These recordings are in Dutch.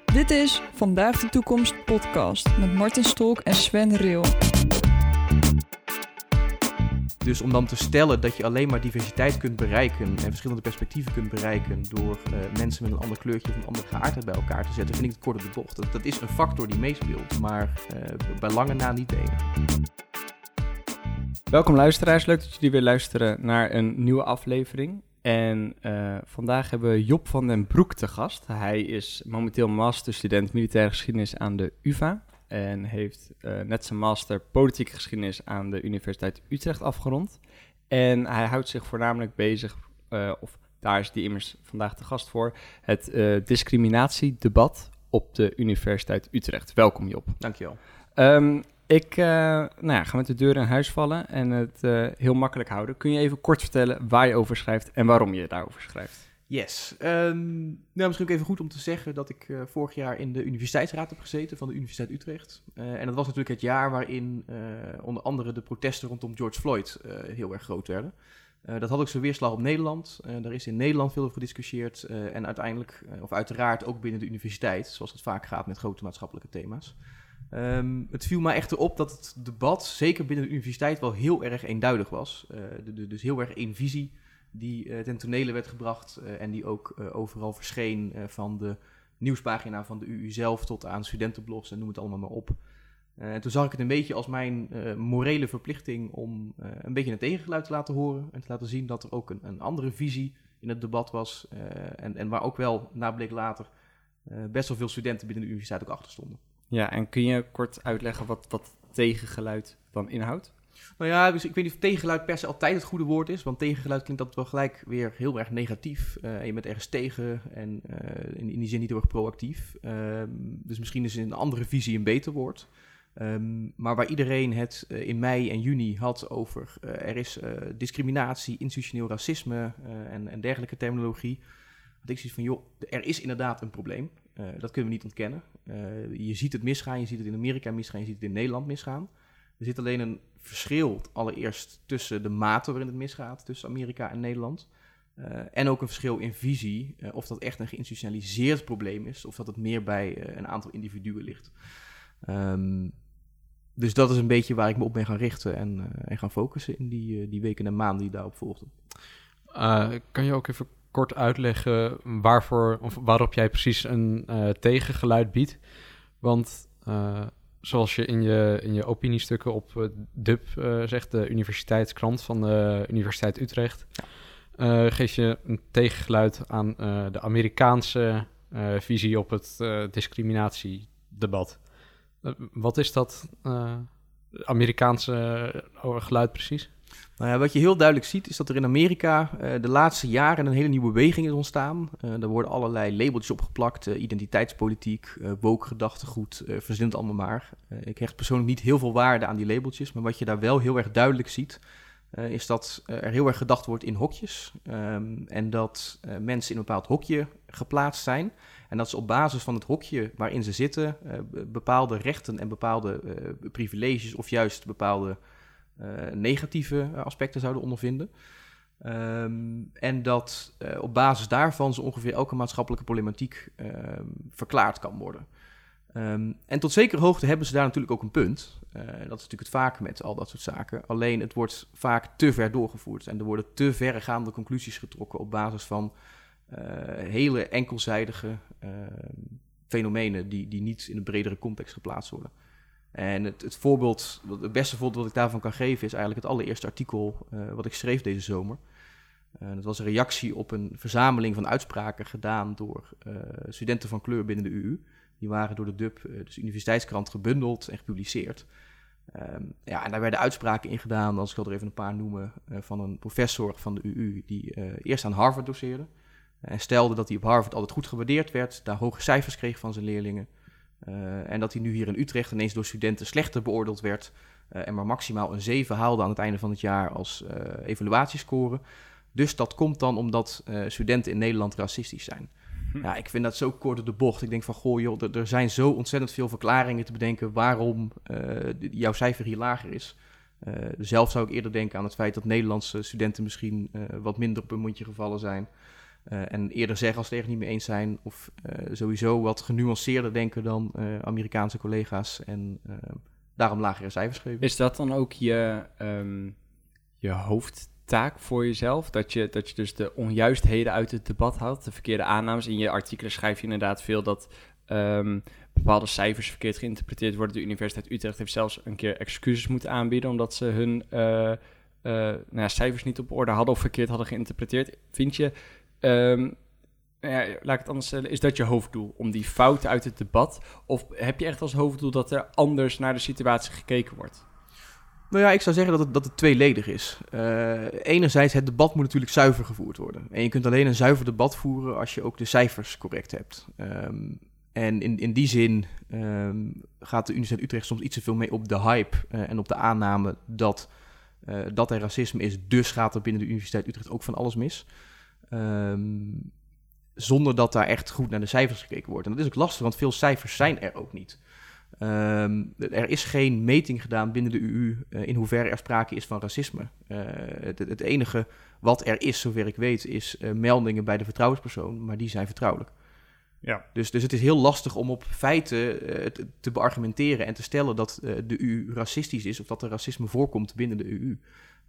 Dit is Vandaag de Toekomst podcast met Martin Stolk en Sven Reel. Dus om dan te stellen dat je alleen maar diversiteit kunt bereiken en verschillende perspectieven kunt bereiken door mensen met een ander kleurtje of een andere geaardheid bij elkaar te zetten, vind ik het kort op de bocht. Dat is een factor die meespeelt, maar bij lange na niet de enige. Welkom luisteraars, leuk dat jullie weer luisteren naar een nieuwe aflevering. En vandaag hebben we Job van den Broek te gast. Hij is momenteel masterstudent militaire geschiedenis aan de UvA. En heeft net zijn master politieke geschiedenis aan de Universiteit Utrecht afgerond. En hij houdt zich voornamelijk bezig, of daar is hij immers vandaag te gast voor, het discriminatiedebat op de Universiteit Utrecht. Welkom Job. Dankjewel. Ik ga met de deur in huis vallen en het heel makkelijk houden. Kun je even kort vertellen waar je over schrijft en waarom je daarover schrijft? Yes. Misschien ook even goed om te zeggen dat ik vorig jaar in de universiteitsraad heb gezeten van de Universiteit Utrecht. En dat was natuurlijk het jaar waarin onder andere de protesten rondom George Floyd heel erg groot werden. Dat had ook zijn weerslag op Nederland. Daar is in Nederland veel over gediscussieerd. En uiteindelijk, of uiteraard ook binnen de universiteit, zoals het vaak gaat met grote maatschappelijke thema's. Het viel mij echter op dat het debat, zeker binnen de universiteit, wel heel erg eenduidig was. Dus heel erg één visie die ten tonele werd gebracht en die ook overal verscheen, van de nieuwspagina van de UU zelf tot aan studentenblogs en noem het allemaal maar op. En toen zag ik het een beetje als mijn morele verplichting om een beetje een tegengeluid te laten horen en te laten zien dat er ook een andere visie in het debat was. En waar ook wel, na bleek later, best wel veel studenten binnen de universiteit ook achter stonden. Ja, en kun je kort uitleggen wat tegengeluid dan inhoudt? Nou ja, dus ik weet niet of tegengeluid per se altijd het goede woord is, want tegengeluid klinkt dat wel gelijk weer heel erg negatief. Je bent ergens tegen en in die zin niet heel erg proactief. Dus misschien is een andere visie een beter woord. Maar waar iedereen het in mei en juni had over er is discriminatie, institutioneel racisme en dergelijke terminologie, had ik zoiets van, joh, er is inderdaad een probleem. Dat kunnen we niet ontkennen. Je ziet het misgaan, je ziet het in Amerika misgaan, je ziet het in Nederland misgaan. Er zit alleen een verschil allereerst tussen de mate waarin het misgaat tussen Amerika en Nederland. En ook een verschil in visie, of dat echt een geïnstitutionaliseerd probleem is, of dat het meer bij een aantal individuen ligt. Dus dat is een beetje waar ik me op ben gaan richten en gaan focussen in die weken en maanden die daarop volgden. Kan je ook even kort uitleggen waarop jij precies een tegengeluid biedt? Want zoals je in je opiniestukken op DUB zegt, de universiteitskrant van de Universiteit Utrecht, geef je een tegengeluid aan de Amerikaanse visie op het discriminatiedebat. Wat is dat Amerikaanse geluid precies? Nou ja, wat je heel duidelijk ziet is dat er in Amerika de laatste jaren een hele nieuwe beweging is ontstaan. Er worden allerlei labeltjes opgeplakt, identiteitspolitiek, woke gedachtegoed, verzin het allemaal maar. Ik hecht persoonlijk niet heel veel waarde aan die labeltjes, maar wat je daar wel heel erg duidelijk ziet, is dat er heel erg gedacht wordt in hokjes. En dat mensen in een bepaald hokje geplaatst zijn. En dat ze op basis van het hokje waarin ze zitten bepaalde rechten en bepaalde privileges of juist bepaalde negatieve aspecten zouden ondervinden. En dat op basis daarvan zo ongeveer elke maatschappelijke problematiek verklaard kan worden. En tot zekere hoogte hebben ze daar natuurlijk ook een punt. Dat is natuurlijk het vaak met al dat soort zaken. Alleen het wordt vaak te ver doorgevoerd. En er worden te verregaande conclusies getrokken op basis van hele enkelzijdige fenomenen die niet in een bredere context geplaatst worden. En het beste voorbeeld wat ik daarvan kan geven is eigenlijk het allereerste artikel wat ik schreef deze zomer. Dat was een reactie op een verzameling van uitspraken gedaan door studenten van kleur binnen de UU. Die waren door de DUB, dus de universiteitskrant, gebundeld en gepubliceerd. En daar werden uitspraken in gedaan, als ik wil er even een paar noemen, van een professor van de UU die eerst aan Harvard doseerde. En stelde dat hij op Harvard altijd goed gewaardeerd werd, daar hoge cijfers kreeg van zijn leerlingen. En dat hij nu hier in Utrecht ineens door studenten slechter beoordeeld werd en maar maximaal een 7 haalde aan het einde van het jaar als evaluatiescore. Dus dat komt dan omdat studenten in Nederland racistisch zijn. Ja, ik vind dat zo kort op de bocht. Ik denk van, goh joh, er zijn zo ontzettend veel verklaringen te bedenken waarom jouw cijfer hier lager is. Zelf zou ik eerder denken aan het feit dat Nederlandse studenten misschien wat minder op hun mondje gevallen zijn. En eerder zeggen als ze het ergens niet mee eens zijn, of sowieso wat genuanceerder denken dan Amerikaanse collega's. En daarom lagere cijfers geven. Is dat dan ook je hoofdtaak voor jezelf? Dat je dus de onjuistheden uit het debat haalt, de verkeerde aannames. In je artikelen schrijf je inderdaad veel dat bepaalde cijfers verkeerd geïnterpreteerd worden. De Universiteit Utrecht heeft zelfs een keer excuses moeten aanbieden omdat ze hun cijfers niet op orde hadden of verkeerd hadden geïnterpreteerd. Vind je, laat ik het anders stellen, is dat je hoofddoel? Om die fouten uit het debat? Of heb je echt als hoofddoel dat er anders naar de situatie gekeken wordt? Nou ja, ik zou zeggen dat het tweeledig is. Enerzijds, het debat moet natuurlijk zuiver gevoerd worden. En je kunt alleen een zuiver debat voeren als je ook de cijfers correct hebt. En in die zin gaat de Universiteit Utrecht soms iets te veel mee op de hype en op de aanname dat er racisme is. Dus gaat er binnen de Universiteit Utrecht ook van alles mis. Zonder dat daar echt goed naar de cijfers gekeken wordt. En dat is ook lastig, want veel cijfers zijn er ook niet. Er is geen meting gedaan binnen de UU in hoeverre er sprake is van racisme. Het enige wat er is, zover ik weet, is meldingen bij de vertrouwenspersoon, maar die zijn vertrouwelijk. Ja. Dus het is heel lastig om op feiten te beargumenteren en te stellen dat de UU racistisch is of dat er racisme voorkomt binnen de UU.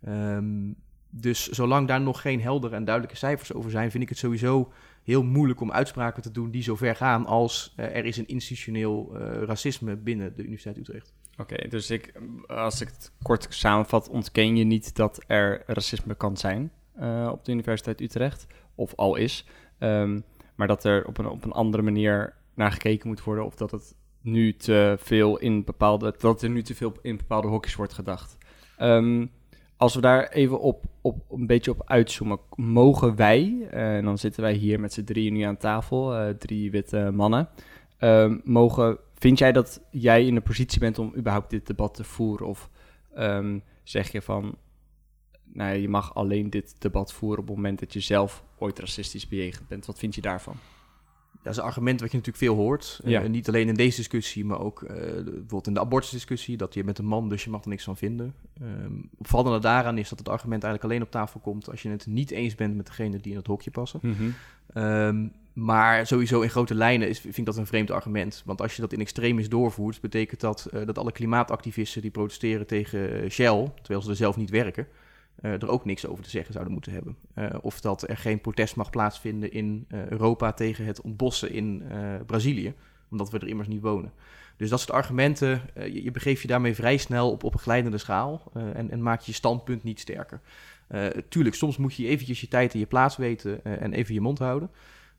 Dus zolang daar nog geen heldere en duidelijke cijfers over zijn, vind ik het sowieso heel moeilijk om uitspraken te doen die zo ver gaan als er is een institutioneel racisme binnen de Universiteit Utrecht. Oké, dus als ik het kort samenvat, ontken je niet dat er racisme kan zijn op de Universiteit Utrecht, of al is, maar dat er op een andere manier naar gekeken moet worden of dat het nu te veel in bepaalde hokjes wordt gedacht. Als we daar even op een beetje op uitzoomen, mogen wij, en dan zitten wij hier met z'n drieën nu aan tafel, 3 witte mannen, vind jij dat jij in de positie bent om überhaupt dit debat te voeren? Of zeg je van, nou, je mag alleen dit debat voeren op het moment dat je zelf ooit racistisch bejegend bent? Wat vind je daarvan? Dat is een argument wat je natuurlijk veel hoort. Ja. Niet alleen in deze discussie, maar ook bijvoorbeeld in de abortusdiscussie, dat je bent een man, dus je mag er niks van vinden. Opvallende daaraan is dat het argument eigenlijk alleen op tafel komt als je het niet eens bent met degene die in het hokje passen. Mm-hmm. Maar sowieso in grote lijnen vind ik dat een vreemd argument. Want als je dat in extremis doorvoert, betekent dat alle klimaatactivisten die protesteren tegen Shell, terwijl ze er zelf niet werken, er ook niks over te zeggen zouden moeten hebben. Of dat er geen protest mag plaatsvinden in Europa tegen het ontbossen in Brazilië, omdat we er immers niet wonen. Dus dat soort argumenten, je begeeft je daarmee vrij snel op een glijdende schaal en maak je standpunt niet sterker. Tuurlijk, soms moet je eventjes je tijd en je plaats weten en even je mond houden.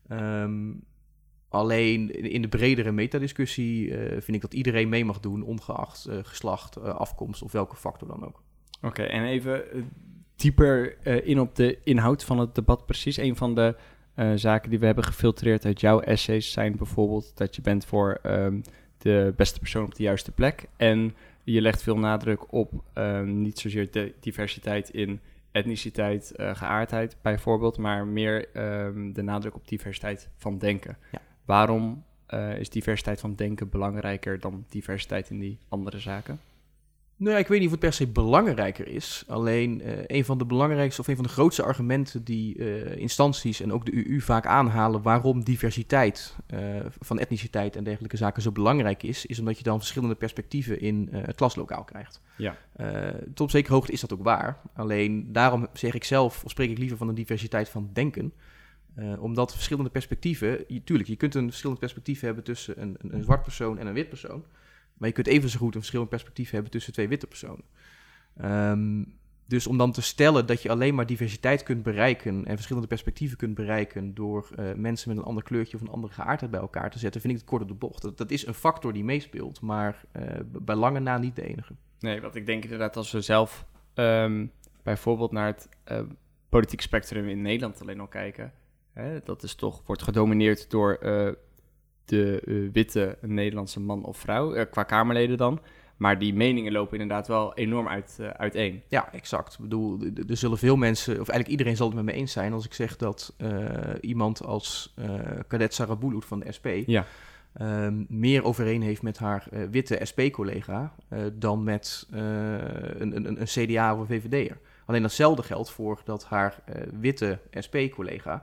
Alleen in de bredere metadiscussie vind ik dat iedereen mee mag doen, ongeacht geslacht, afkomst of welke factor dan ook. Oké, en even dieper in op de inhoud van het debat precies. Een van de zaken die we hebben gefiltreerd uit jouw essays zijn bijvoorbeeld dat je bent voor de beste persoon op de juiste plek. En je legt veel nadruk op niet zozeer de diversiteit in etniciteit, geaardheid bijvoorbeeld, maar meer de nadruk op diversiteit van denken. Ja. Waarom is diversiteit van denken belangrijker dan diversiteit in die andere zaken? Nou, ik weet niet of het per se belangrijker is. Alleen een van de belangrijkste of een van de grootste argumenten die instanties en ook de UU vaak aanhalen waarom diversiteit van etniciteit en dergelijke zaken zo belangrijk is omdat je dan verschillende perspectieven in het klaslokaal krijgt. Ja. Tot op zekere hoogte is dat ook waar. Alleen daarom zeg ik zelf, of spreek ik liever van een diversiteit van denken. Omdat verschillende perspectieven, je kunt een verschillend perspectief hebben tussen een zwart persoon en een wit persoon. Maar je kunt even zo goed een verschillend perspectief hebben tussen 2 witte personen. Dus om dan te stellen dat je alleen maar diversiteit kunt bereiken en verschillende perspectieven kunt bereiken door mensen met een ander kleurtje of een andere geaardheid bij elkaar te zetten, vind ik het kort op de bocht. Dat is een factor die meespeelt, maar bij lange na niet de enige. Nee, want ik denk inderdaad als we zelf bijvoorbeeld naar het politiek spectrum in Nederland alleen al kijken, dat is toch, wordt gedomineerd door de witte Nederlandse man of vrouw, qua Kamerleden dan. Maar die meningen lopen inderdaad wel enorm uiteen. Ja, exact. Ik bedoel, er zullen veel mensen, of eigenlijk iedereen zal het met me eens zijn als ik zeg dat iemand als Cadet Sarah Boeloet van de SP meer overeen heeft met haar witte SP-collega dan met een CDA of een VVD'er. Alleen datzelfde geldt voor dat haar witte SP-collega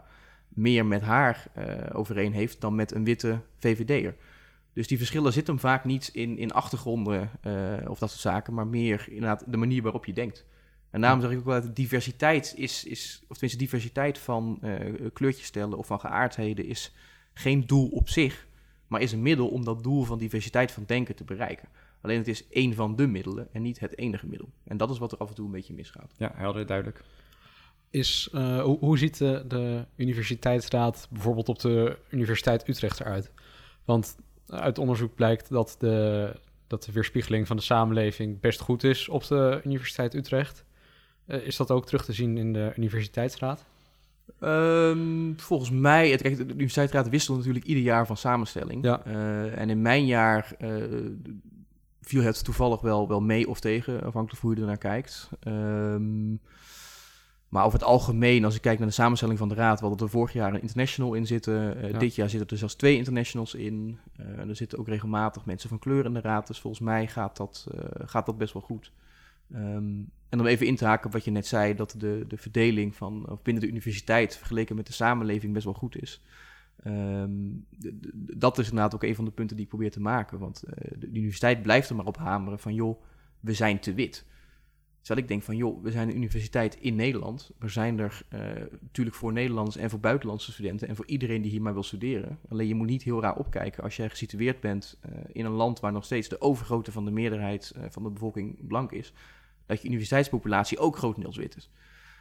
meer met haar overeen heeft dan met een witte VVD'er. Dus die verschillen zitten hem vaak niet in achtergronden of dat soort zaken, maar meer inderdaad de manier waarop je denkt. En daarom zeg ik ook wel dat diversiteit of tenminste diversiteit van kleurtjes stellen of van geaardheden is geen doel op zich, maar is een middel om dat doel van diversiteit van denken te bereiken. Alleen het is één van de middelen en niet het enige middel. En dat is wat er af en toe een beetje misgaat. Ja, helder, duidelijk. Hoe ziet de universiteitsraad bijvoorbeeld op de Universiteit Utrecht eruit? Want uit onderzoek blijkt dat de weerspiegeling van de samenleving best goed is op de Universiteit Utrecht. Is dat ook terug te zien in de universiteitsraad? Volgens mij, de universiteitsraad wisselt natuurlijk ieder jaar van samenstelling. Ja. En in mijn jaar viel het toevallig wel mee of tegen, afhankelijk van hoe je ernaar kijkt. Maar over het algemeen, als ik kijk naar de samenstelling van de raad, we hadden er vorig jaar een international in zitten. Dit jaar zitten er zelfs 2 internationals in. Er zitten ook regelmatig mensen van kleur in de raad. Dus volgens mij gaat dat best wel goed. En om even in te haken op wat je net zei, dat de verdeling of binnen de universiteit vergeleken met de samenleving best wel goed is. Dat is inderdaad ook een van de punten die ik probeer te maken. Want de universiteit blijft er maar op hameren van, joh, we zijn te wit. Terwijl ik denk van, joh, we zijn een universiteit in Nederland. We zijn er natuurlijk voor Nederlanders en voor buitenlandse studenten en voor iedereen die hier maar wil studeren. Alleen je moet niet heel raar opkijken als jij gesitueerd bent in een land waar nog steeds de overgrote van de meerderheid van de bevolking blank is, dat je universiteitspopulatie ook grotendeels wit is.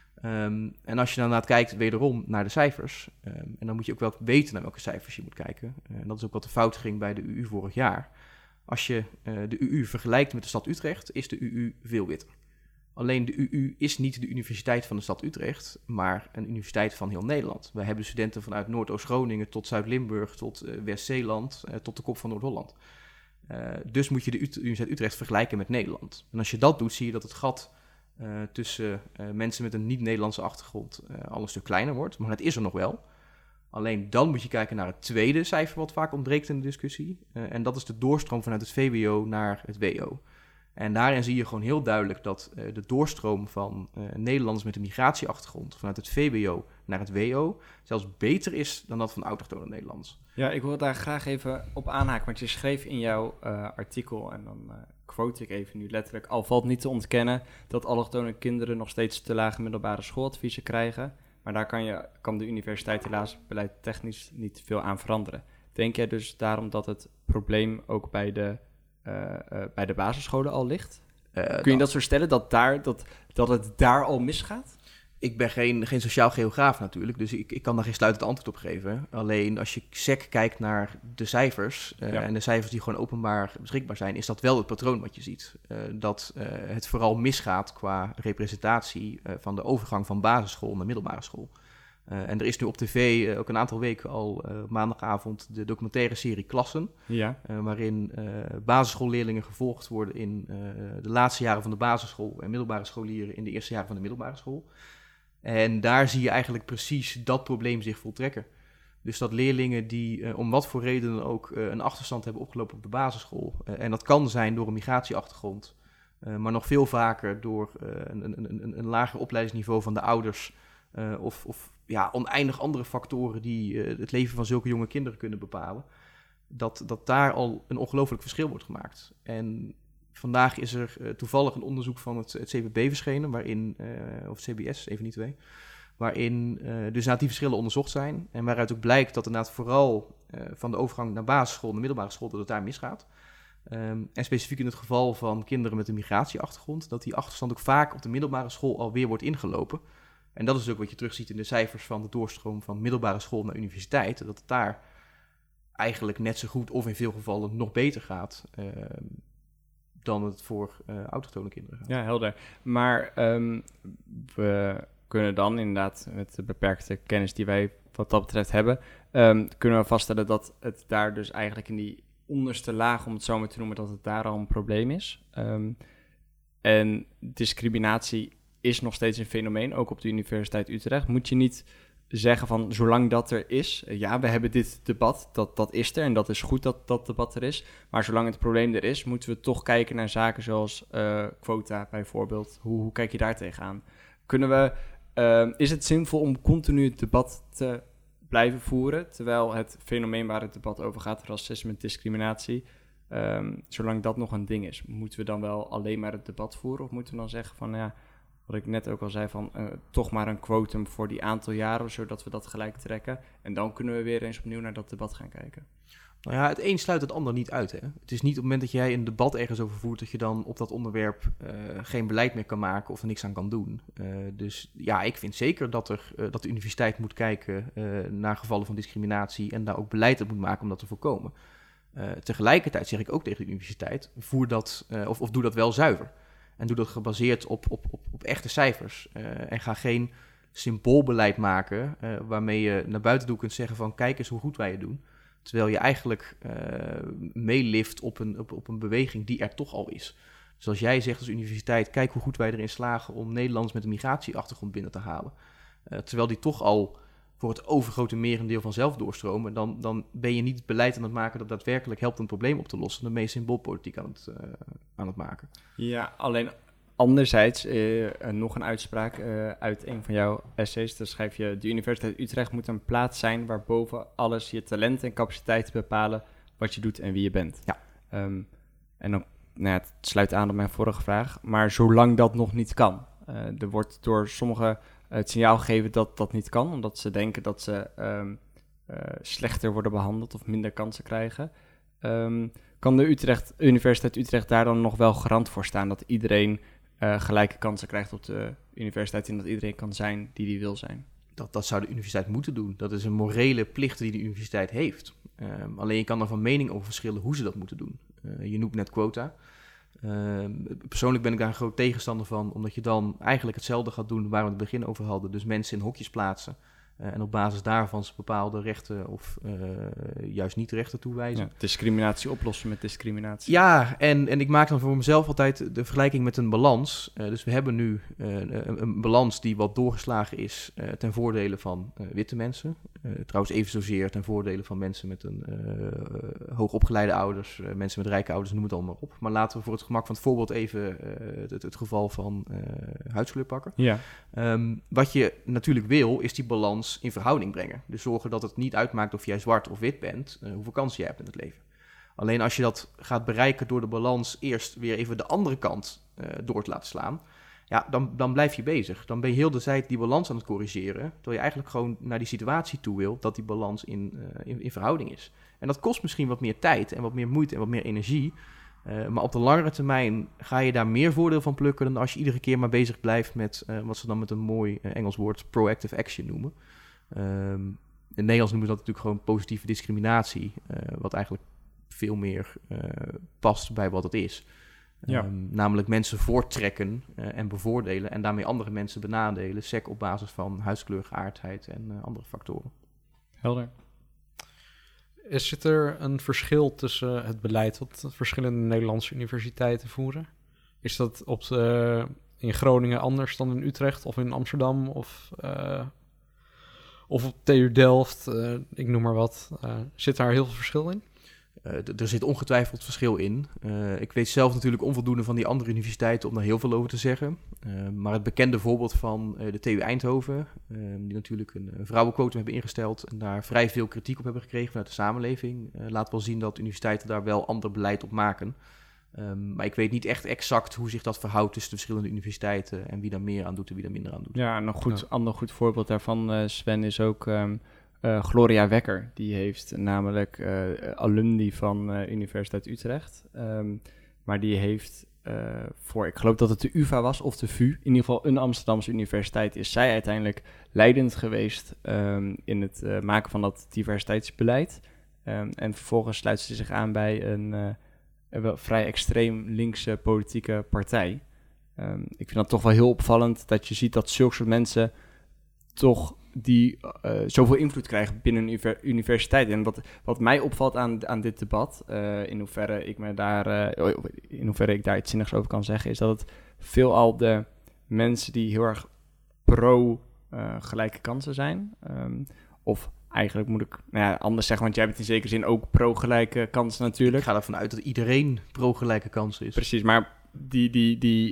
En als je dan inderdaad kijkt wederom naar de cijfers, en dan moet je ook wel weten naar welke cijfers je moet kijken. En dat is ook wat de fout ging bij de UU vorig jaar. Als je de UU vergelijkt met de stad Utrecht, is de UU veel witter. Alleen de UU is niet de universiteit van de stad Utrecht, maar een universiteit van heel Nederland. We hebben studenten vanuit Noordoost-Groningen tot Zuid-Limburg, tot West-Zeeland, tot de kop van Noord-Holland. Dus moet je de Universiteit Utrecht vergelijken met Nederland. En als je dat doet, zie je dat het gat tussen mensen met een niet-Nederlandse achtergrond al een stuk kleiner wordt. Maar het is er nog wel. Alleen dan moet je kijken naar het tweede cijfer wat vaak ontbreekt in de discussie. En dat is de doorstroom vanuit het VWO naar het WO. En daarin zie je gewoon heel duidelijk dat de doorstroom van Nederlanders met een migratieachtergrond vanuit het VWO naar het WO zelfs beter is dan dat van autochtone Nederlanders. Ja, ik wil daar graag even op aanhaken, want je schreef in jouw artikel, en dan quote ik even nu letterlijk, al valt niet te ontkennen dat allochtone kinderen nog steeds te lage middelbare schooladviezen krijgen, maar daar kan de universiteit helaas beleidstechnisch niet veel aan veranderen. Denk jij dus daarom dat het probleem ook bij de basisscholen al ligt? Kun je dat zo stellen, dat het daar al misgaat? Ik ben geen sociaal geograaf natuurlijk, dus ik kan daar geen sluitend antwoord op geven. Alleen als je sec kijkt naar de cijfers en de cijfers die gewoon openbaar beschikbaar zijn, is dat wel het patroon wat je ziet. Dat het vooral misgaat qua representatie van de overgang van basisschool naar middelbare school. En er is nu op tv ook een aantal weken al maandagavond de documentaire serie Klassen. Ja. Waarin basisschoolleerlingen gevolgd worden in de laatste jaren van de basisschool en middelbare scholieren in de eerste jaren van de middelbare school. En daar zie je eigenlijk precies dat probleem zich voltrekken. Dus dat leerlingen die om wat voor redenen ook een achterstand hebben opgelopen op de basisschool. En dat kan zijn door een migratieachtergrond, maar nog veel vaker door een lager opleidingsniveau van de ouders. Of oneindig andere factoren die het leven van zulke jonge kinderen kunnen bepalen. Dat daar al een ongelooflijk verschil wordt gemaakt. En vandaag is er toevallig een onderzoek van het CPB verschenen, of CBS, even niet twee, waarin dus die verschillen onderzocht zijn. En waaruit ook blijkt dat inderdaad vooral van de overgang naar basisschool, naar middelbare school, dat het daar misgaat. En specifiek in het geval van kinderen met een migratieachtergrond, dat die achterstand ook vaak op de middelbare school alweer wordt ingelopen. En dat is ook wat je terugziet in de cijfers van de doorstroom van middelbare school naar universiteit. Dat het daar eigenlijk net zo goed of in veel gevallen nog beter gaat dan het voor autochtone kinderen gaat. Ja, helder. Maar we kunnen dan inderdaad met de beperkte kennis die wij wat dat betreft hebben, kunnen we vaststellen dat het daar dus eigenlijk in die onderste laag, om het zo maar te noemen, dat het daar al een probleem is. En discriminatie is nog steeds een fenomeen, ook op de Universiteit Utrecht. Moet je niet zeggen van, zolang dat er is, ja, we hebben dit debat, dat is er en dat is goed dat debat er is. Maar zolang het probleem er is, moeten we toch kijken naar zaken zoals quota bijvoorbeeld. Hoe kijk je daar tegenaan? Is het zinvol om continu het debat blijven voeren, terwijl het fenomeen waar het debat over gaat, racisme en discriminatie, zolang dat nog een ding is, moeten we dan wel alleen maar het debat voeren? Of moeten we dan zeggen van, ja, wat ik net ook al zei, van toch maar een quotum voor die aantal jaren, zodat we dat gelijk trekken. En dan kunnen we weer eens opnieuw naar dat debat gaan kijken. Nou ja, het een sluit het ander niet uit. Hè? Het is niet op het moment dat jij een debat ergens over voert, dat je dan op dat onderwerp geen beleid meer kan maken of er niks aan kan doen. Dus ja, ik vind zeker dat de universiteit moet kijken naar gevallen van discriminatie en daar ook beleid op moet maken om dat te voorkomen. Tegelijkertijd zeg ik ook tegen de universiteit, voer dat of doe dat wel zuiver. En doe dat gebaseerd op echte cijfers. En ga geen symboolbeleid maken waarmee je naar buiten toe kunt zeggen van kijk eens hoe goed wij het doen. Terwijl je eigenlijk meelift op een beweging die er toch al is. Dus als jij zegt als universiteit, kijk hoe goed wij erin slagen om Nederlanders met een migratieachtergrond binnen te halen. Terwijl die toch al voor het overgrote merendeel vanzelf doorstromen, dan ben je niet beleid aan het maken dat daadwerkelijk helpt een probleem op te lossen. Dan ben je symboolpolitiek aan het maken. Ja, alleen anderzijds nog een uitspraak uit een van jouw essays. Daar schrijf je, de Universiteit Utrecht moet een plaats zijn waar boven alles je talenten en capaciteiten bepalen wat je doet en wie je bent. Ja. En dan, het sluit aan op mijn vorige vraag, maar zolang dat nog niet kan. Er wordt door sommigen het signaal gegeven dat dat niet kan, omdat ze denken dat ze slechter worden behandeld of minder kansen krijgen. Kan de Universiteit Utrecht daar dan nog wel garant voor staan dat iedereen gelijke kansen krijgt op de universiteit en dat iedereen kan zijn die wil zijn? Dat zou de universiteit moeten doen. Dat is een morele plicht die de universiteit heeft. Alleen je kan er van mening over verschillen hoe ze dat moeten doen. Je noemt net quota. Persoonlijk ben ik daar een groot tegenstander van, omdat je dan eigenlijk hetzelfde gaat doen waar we het begin over hadden. Dus mensen in hokjes plaatsen en op basis daarvan ze bepaalde rechten of juist niet rechten toewijzen. Ja, discriminatie oplossen met discriminatie. Ja, en ik maak dan voor mezelf altijd de vergelijking met een balans. Dus we hebben nu een balans die wat doorgeslagen is ten voordele van witte mensen. Trouwens even zozeer ten voordele van mensen met een hoogopgeleide ouders, mensen met rijke ouders, noem het allemaal op. Maar laten we voor het gemak van het voorbeeld even het geval van huidskleur pakken. Ja. Wat je natuurlijk wil, is die balans in verhouding brengen. Dus zorgen dat het niet uitmaakt of jij zwart of wit bent, hoeveel kansen je hebt in het leven. Alleen als je dat gaat bereiken door de balans eerst weer even de andere kant door te laten slaan, ja, dan blijf je bezig. Dan ben je heel de tijd die balans aan het corrigeren, terwijl je eigenlijk gewoon naar die situatie toe wil dat die balans in verhouding is. En dat kost misschien wat meer tijd en wat meer moeite en wat meer energie, maar op de langere termijn ga je daar meer voordeel van plukken dan als je iedere keer maar bezig blijft met wat ze dan met een mooi Engels woord proactive action noemen. In het Nederlands noemen ze dat natuurlijk gewoon positieve discriminatie, wat eigenlijk veel meer past bij wat het is. Ja. Namelijk mensen voorttrekken en bevoordelen en daarmee andere mensen benadelen, sec op basis van huidskleur, geaardheid en andere factoren. Helder. Zit er een verschil tussen het beleid wat verschillende Nederlandse universiteiten voeren? Is dat in Groningen anders dan in Utrecht of in Amsterdam of op TU Delft? Ik noem maar wat. Zit daar heel veel verschil in? Er zit ongetwijfeld verschil in. Ik weet zelf natuurlijk onvoldoende van die andere universiteiten om daar heel veel over te zeggen. Maar het bekende voorbeeld van de TU Eindhoven, die natuurlijk een vrouwenquotum hebben ingesteld en daar vrij veel kritiek op hebben gekregen vanuit de samenleving, laat wel zien dat universiteiten daar wel ander beleid op maken. Maar ik weet niet echt exact hoe zich dat verhoudt tussen de verschillende universiteiten en wie daar meer aan doet en wie daar minder aan doet. Ja, en een ander goed voorbeeld daarvan, Sven, is ook Gloria Wekker. Die heeft namelijk alumni van Universiteit Utrecht. Maar die heeft ik geloof dat het de UvA was of de VU, in ieder geval een Amsterdamse universiteit, is zij uiteindelijk leidend geweest in het maken van dat diversiteitsbeleid. En vervolgens sluit ze zich aan bij een wel vrij extreem linkse politieke partij. Ik vind dat toch wel heel opvallend dat je ziet dat zulke soort mensen toch die zoveel invloed krijgen binnen een universiteit. En wat mij opvalt aan dit debat, in hoeverre ik daar iets zinnigs over kan zeggen, is dat het veelal de mensen die heel erg pro gelijke kansen zijn, of eigenlijk moet ik anders zeggen, want jij bent in zekere zin ook pro-gelijke kansen natuurlijk. Ik ga ervan uit dat iedereen pro-gelijke kansen is. Precies, maar die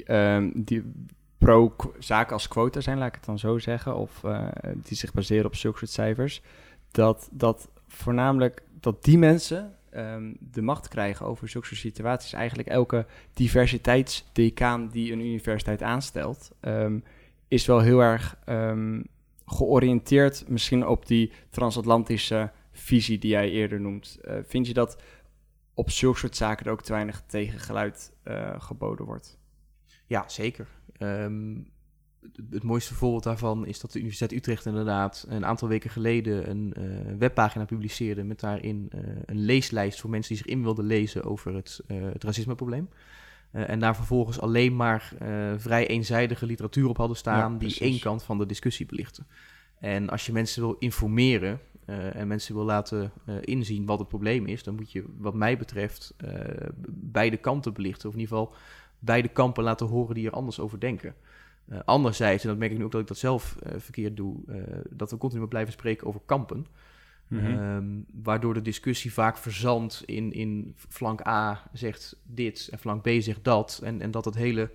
pro-zaken als quota zijn, laat ik het dan zo zeggen, of die zich baseren op zulke soort cijfers, dat voornamelijk dat die mensen de macht krijgen over zulke soort situaties. Eigenlijk elke diversiteitsdecaan die een universiteit aanstelt, is wel heel erg georiënteerd misschien op die transatlantische visie die jij eerder noemt. Vind je dat op zulke soort zaken er ook te weinig tegengeluid geboden wordt? Ja, zeker. Het mooiste voorbeeld daarvan is dat de Universiteit Utrecht inderdaad een aantal weken geleden een webpagina publiceerde met daarin een leeslijst voor mensen die zich in wilden lezen over het racismeprobleem. En daar vervolgens alleen maar vrij eenzijdige literatuur op hadden staan die één kant van de discussie belichtte. En als je mensen wil informeren en mensen wil laten inzien wat het probleem is, dan moet je wat mij betreft beide kanten belichten. Of in ieder geval beide kampen laten horen die er anders over denken. Anderzijds, en dat merk ik nu ook dat ik dat zelf verkeerd doe, dat we continu blijven spreken over kampen. Mm-hmm. Waardoor de discussie vaak verzandt in flank A zegt dit en flank B zegt dat. En dat het hele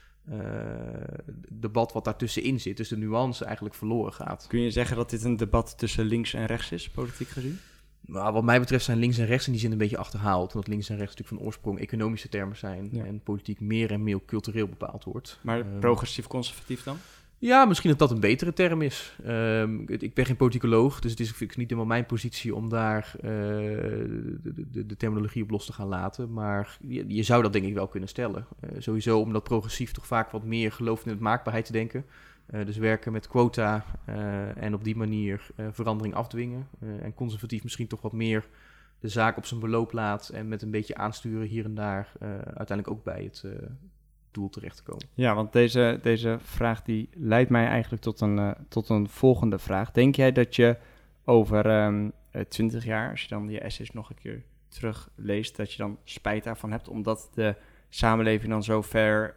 debat wat daartussenin zit, dus de nuance eigenlijk verloren gaat. Kun je zeggen dat dit een debat tussen links en rechts is, politiek gezien? Nou, wat mij betreft zijn links en rechts in die zin een beetje achterhaald. Omdat links en rechts natuurlijk van oorsprong economische termen zijn. Ja. En politiek meer en meer cultureel bepaald wordt. Maar progressief-conservatief dan? Ja, misschien dat dat een betere term is. Ik ben geen politicoloog, dus het is niet helemaal mijn positie om daar de terminologie op los te gaan laten. Maar je zou dat denk ik wel kunnen stellen. Sowieso omdat progressief toch vaak wat meer gelooft in het maakbaarheid te denken. Dus werken met quota en op die manier verandering afdwingen. En conservatief misschien toch wat meer de zaak op zijn beloop laat en met een beetje aansturen hier en daar uiteindelijk ook bij het doel terecht te komen. Ja, want deze vraag die leidt mij eigenlijk tot een volgende vraag. Denk jij dat je over 20 jaar, als je dan je essays nog een keer terugleest, dat je dan spijt daarvan hebt, omdat de samenleving dan zo ver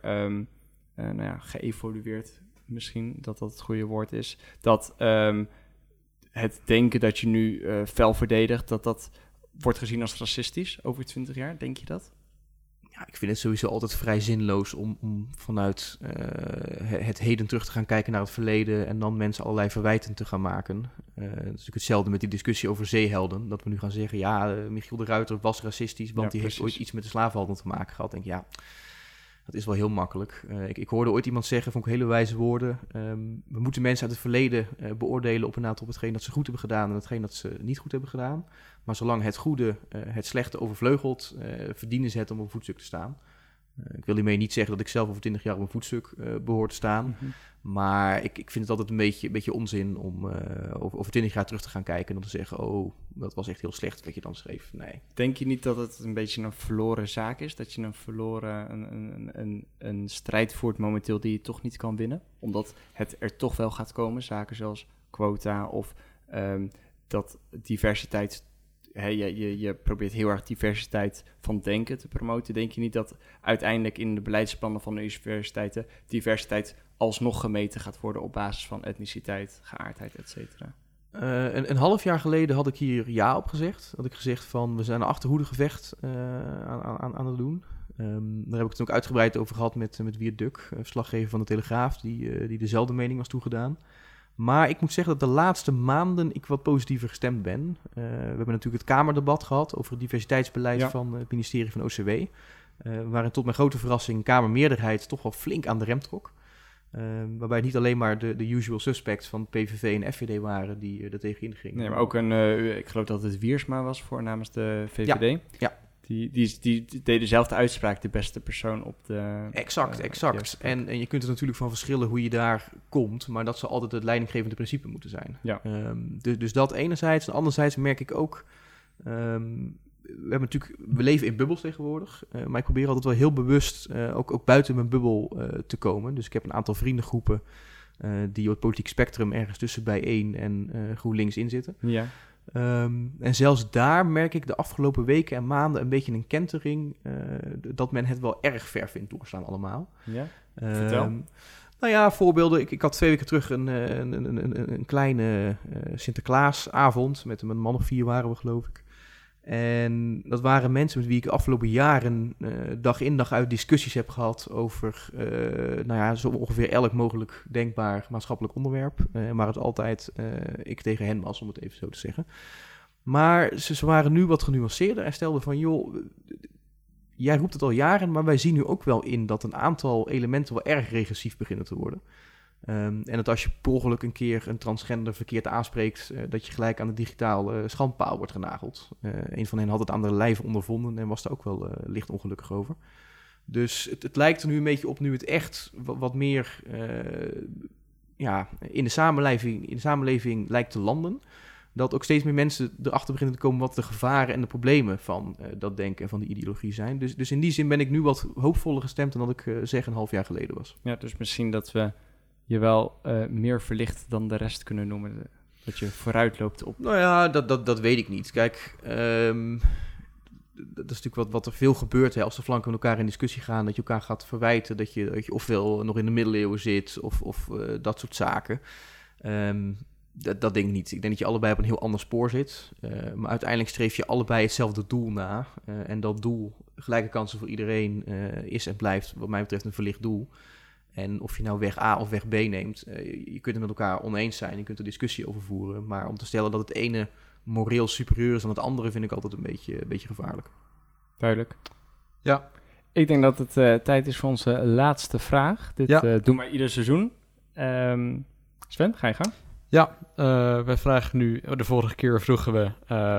geëvolueerd, misschien dat het goede woord is, dat het denken dat je nu fel verdedigt, dat wordt gezien als racistisch over 20 jaar? Denk je dat? Ja, ik vind het sowieso altijd vrij zinloos om vanuit het heden terug te gaan kijken naar het verleden en dan mensen allerlei verwijten te gaan maken. Het is natuurlijk hetzelfde met die discussie over zeehelden. Dat we nu gaan zeggen, ja, Michiel de Ruiter was racistisch, want die heeft ooit iets met de slavenhandel te maken gehad. Denk ja, dat is wel heel makkelijk. Ik hoorde ooit iemand zeggen, vond ik hele wijze woorden, we moeten mensen uit het verleden beoordelen op hetgeen dat ze goed hebben gedaan en hetgeen dat ze niet goed hebben gedaan. Maar zolang het goede het slechte overvleugelt, verdienen ze het om op een voetstuk te staan. Ik wil hiermee niet zeggen dat ik zelf over 20 jaar op een voetstuk behoor te staan. Mm-hmm. Maar ik vind het altijd een beetje onzin om over 20 jaar terug te gaan kijken en dan te zeggen, oh, dat was echt heel slecht wat je dan schreef. Nee. Denk je niet dat het een beetje een verloren zaak is? Dat je een verloren een strijd voert momenteel die je toch niet kan winnen? Omdat het er toch wel gaat komen, zaken zoals quota of dat diversiteit. Je probeert heel erg diversiteit van denken te promoten. Denk je niet dat uiteindelijk in de beleidsplannen van de universiteiten diversiteit alsnog gemeten gaat worden op basis van etniciteit, geaardheid, et cetera? Een half jaar geleden had ik hier ja op gezegd. Had ik gezegd van, we zijn een achterhoedegevecht aan het doen. Daar heb ik het ook uitgebreid over gehad met Wiert Duk, verslaggever van de Telegraaf, die dezelfde mening was toegedaan. Maar ik moet zeggen dat de laatste maanden ik wat positiever gestemd ben. We hebben natuurlijk het Kamerdebat gehad over het diversiteitsbeleid van het ministerie van OCW. Waarin tot mijn grote verrassing een Kamermeerderheid toch wel flink aan de rem trok. Waarbij het niet alleen maar de usual suspects van PVV en FVD waren die er tegen ingingen. Nee, maar ook ik geloof dat het Wiersma was namens de VVD. Ja. Die deed dezelfde uitspraak, de beste persoon op de... Exact. En je kunt er natuurlijk van verschillen hoe je daar komt, maar dat zal altijd het leidinggevende principe moeten zijn. Ja. Dus dat enerzijds. En anderzijds merk ik ook, we leven in bubbels tegenwoordig, maar ik probeer altijd wel heel bewust ook buiten mijn bubbel te komen. Dus ik heb een aantal vriendengroepen die op het politiek spectrum ergens tussen bijeen en GroenLinks in zitten. Ja. En zelfs daar merk ik de afgelopen weken en maanden een beetje een kentering dat men het wel erg ver vindt doorslaan allemaal. Ja, vertel. Nou ja, voorbeelden. Ik had 2 weken terug een kleine Sinterklaasavond met een man of 4 waren we geloof ik. En dat waren mensen met wie ik de afgelopen jaren dag in dag uit discussies heb gehad over zo ongeveer elk mogelijk denkbaar maatschappelijk onderwerp. Maar het altijd ik tegen hen was, om het even zo te zeggen. Maar ze waren nu wat genuanceerder en stelden van, joh, jij roept het al jaren, maar wij zien nu ook wel in dat een aantal elementen wel erg regressief beginnen te worden. En dat als je per ongeluk een keer een transgender verkeerd aanspreekt, dat je gelijk aan de digitale schandpaal wordt genageld. Een van hen had het aan de lijve ondervonden en was daar ook wel licht ongelukkig over. Dus het lijkt er nu een beetje op, nu het echt wat meer in de samenleving lijkt te landen, dat ook steeds meer mensen erachter beginnen te komen wat de gevaren en de problemen van dat denken en van die ideologie zijn. Dus in die zin ben ik nu wat hoopvoller gestemd dan dat ik zeg een half jaar geleden was. Ja, dus misschien dat we je wel meer verlicht dan de rest kunnen noemen. Dat je vooruit loopt op... Nou ja, dat weet ik niet. Kijk, dat is natuurlijk wat er veel gebeurt. Hè, als de flanken met elkaar in discussie gaan, dat je elkaar gaat verwijten dat je ofwel nog in de middeleeuwen zit of dat soort zaken. Dat denk ik niet. Ik denk dat je allebei op een heel ander spoor zit. Maar uiteindelijk streef je allebei hetzelfde doel na. En dat doel, gelijke kansen voor iedereen, is en blijft wat mij betreft een verlicht doel. En of je nou weg A of weg B neemt, je kunt het met elkaar oneens zijn. Je kunt er discussie over voeren. Maar om te stellen dat het ene moreel superieur is dan het andere, vind ik altijd een beetje gevaarlijk. Duidelijk. Ja. Ik denk dat het tijd is voor onze laatste vraag. Dit doen wij ieder seizoen. Sven, ga je gang. Ja, wij vragen nu... De vorige keer vroegen we...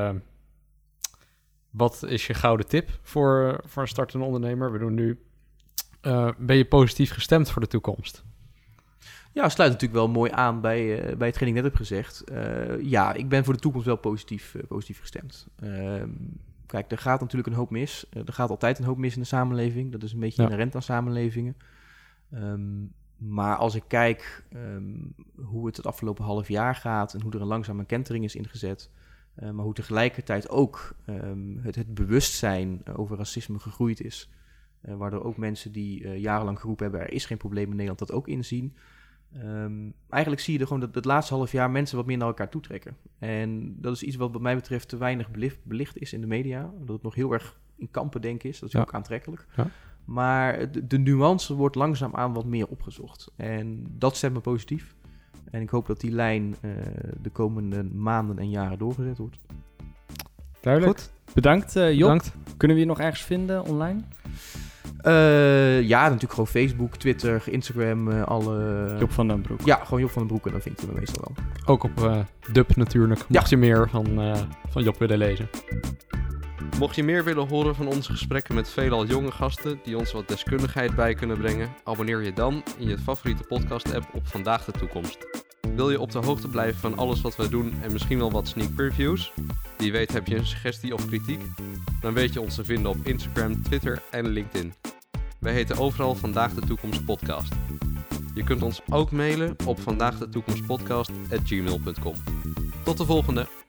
wat is je gouden tip voor een startende ondernemer? We doen nu... ben je positief gestemd voor de toekomst? Ja, sluit natuurlijk wel mooi aan bij hetgeen ik net heb gezegd. Ik ben voor de toekomst wel positief gestemd. Kijk, er gaat natuurlijk een hoop mis. Er gaat altijd een hoop mis in de samenleving. Dat is een beetje inherent aan samenlevingen. Maar als ik kijk hoe het afgelopen half jaar gaat en hoe er een langzame kentering is ingezet, maar hoe tegelijkertijd ook het bewustzijn over racisme gegroeid is, waardoor ook mensen die jarenlang geroepen hebben, er is geen probleem in Nederland, dat ook inzien. Eigenlijk zie je er gewoon dat het laatste half jaar mensen wat meer naar elkaar toetrekken. En dat is iets wat mij betreft te weinig belicht is in de media. Dat het nog heel erg in kampen denken is. Dat is ook aantrekkelijk. Ja. Maar de nuance wordt langzaamaan wat meer opgezocht. En dat stemt me positief. En ik hoop dat die lijn de komende maanden en jaren doorgezet wordt. Duidelijk. Goed. Bedankt, Job. Bedankt. Kunnen we je nog ergens vinden online? Natuurlijk gewoon Facebook, Twitter, Instagram, alle... Job van den Broek. Ja, gewoon Job van den Broek en dan vind je me meestal wel. Ook op Dub natuurlijk, mocht je meer van Job willen lezen. Mocht je meer willen horen van onze gesprekken met veelal jonge gasten die ons wat deskundigheid bij kunnen brengen, abonneer je dan in je favoriete podcast-app op Vandaag de Toekomst. Wil je op de hoogte blijven van alles wat we doen en misschien wel wat sneak previews? Wie weet heb je een suggestie of kritiek? Dan weet je ons te vinden op Instagram, Twitter en LinkedIn. Wij heten overal Vandaag de Toekomst Podcast. Je kunt ons ook mailen op vandaagdetoekomstpodcast@gmail.com. Tot de volgende!